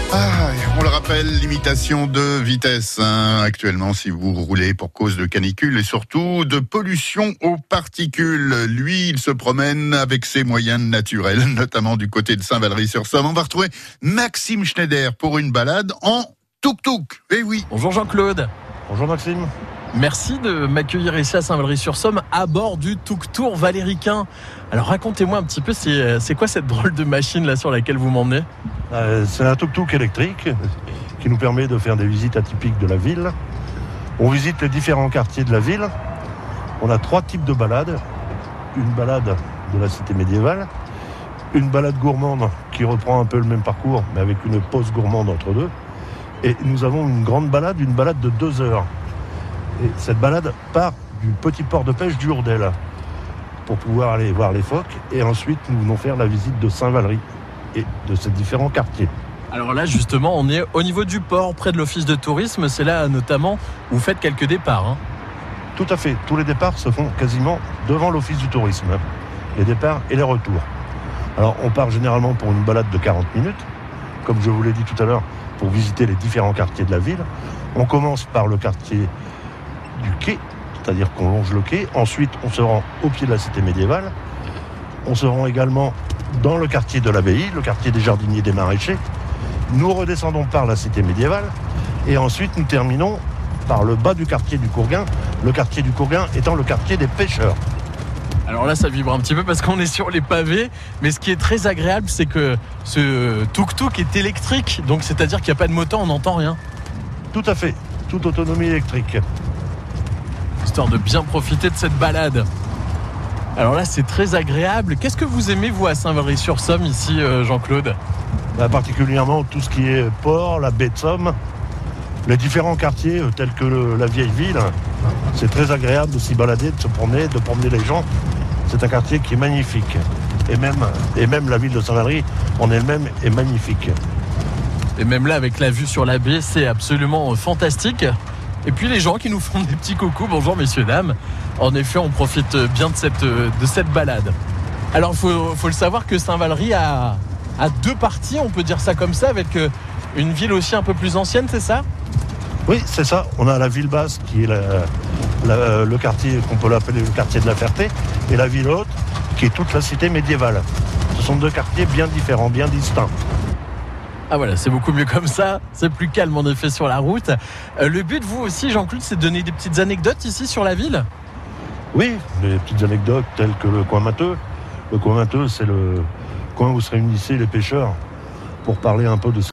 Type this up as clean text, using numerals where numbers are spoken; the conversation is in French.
Ah, on le rappelle, limitation de vitesse actuellement si vous roulez pour cause de canicule et surtout de pollution aux particules. Lui, il se promène avec ses moyens naturels, notamment du côté de Saint-Valery-sur-Somme. On va retrouver Maxime Schneider pour une balade en tuk-tuk. Eh oui. Bonjour Jean-Claude. Bonjour Maxime. Merci de m'accueillir ici à Saint-Valery-sur-Somme à bord du tuk-tuk valéricain. Alors racontez-moi un petit peu, c'est quoi cette drôle de machine là sur laquelle vous m'emmenez ? C'est un tuk-tuk électrique qui nous permet de faire des visites atypiques de la ville. On visite les différents quartiers de la ville. On a 3 types de balades. Une balade de la cité médiévale, une balade gourmande qui reprend un peu le même parcours mais avec une pause gourmande entre deux. Et nous avons une grande balade, une balade de 2 heures. Et cette balade part du petit port de pêche du Hourdel pour pouvoir aller voir les phoques. Et ensuite, nous venons faire la visite de Saint-Valery et de ces différents quartiers. Alors là, justement, on est au niveau du port, près de l'office de tourisme. C'est là, notamment, où vous faites quelques départs. Tout à fait. Tous les départs se font quasiment devant l'office du tourisme. Les départs et les retours. Alors, on part généralement pour une balade de 40 minutes, comme je vous l'ai dit tout à l'heure, pour visiter les différents quartiers de la ville. On commence par le quartier du quai, c'est-à-dire qu'on longe le quai. Ensuite, on se rend au pied de la cité médiévale. On se rend également dans le quartier de l'abbaye, le quartier des jardiniers des maraîchers. Nous redescendons par la cité médiévale. Et ensuite, nous terminons par le bas du quartier du Courguin. Le quartier du Courguin étant le quartier des pêcheurs. Alors là, ça vibre un petit peu parce qu'on est sur les pavés. Mais ce qui est très agréable, c'est que ce tuk-tuk est électrique. Donc, c'est-à-dire qu'il n'y a pas de moteur, on n'entend rien. Tout à fait. Toute autonomie électrique. Histoire de bien profiter de cette balade. Alors là, c'est très agréable. Qu'est-ce que vous aimez, vous, à Saint-Valery-sur-Somme, ici, Jean-Claude ? Particulièrement tout ce qui est port, la baie de Somme, les différents quartiers tels que la vieille ville. C'est très agréable de s'y balader, de se promener, de promener les gens. C'est un quartier qui est magnifique. Et même la ville de Saint-Valery en elle-même est magnifique. Et même là, avec la vue sur la baie, c'est absolument fantastique. Et puis les gens qui nous font des petits coucous. Bonjour messieurs, dames. En effet, on profite bien de cette balade. Alors, faut le savoir que Saint-Valery a 2 parties, on peut dire ça comme ça, avec une ville aussi un peu plus ancienne, c'est ça ? Oui, c'est ça. On a la ville basse qui est le quartier qu'on peut l'appeler le quartier de la Ferté, et la ville haute qui est toute la cité médiévale. Ce sont 2 quartiers bien différents, bien distincts. Ah voilà, c'est beaucoup mieux comme ça, c'est plus calme en effet sur la route. Le but, vous aussi Jean-Claude, c'est de donner des petites anecdotes ici sur la ville ? Oui, des petites anecdotes telles que le coin Matheux. Le coin Matheux, c'est le coin où se réunissaient les pêcheurs pour parler un peu de ce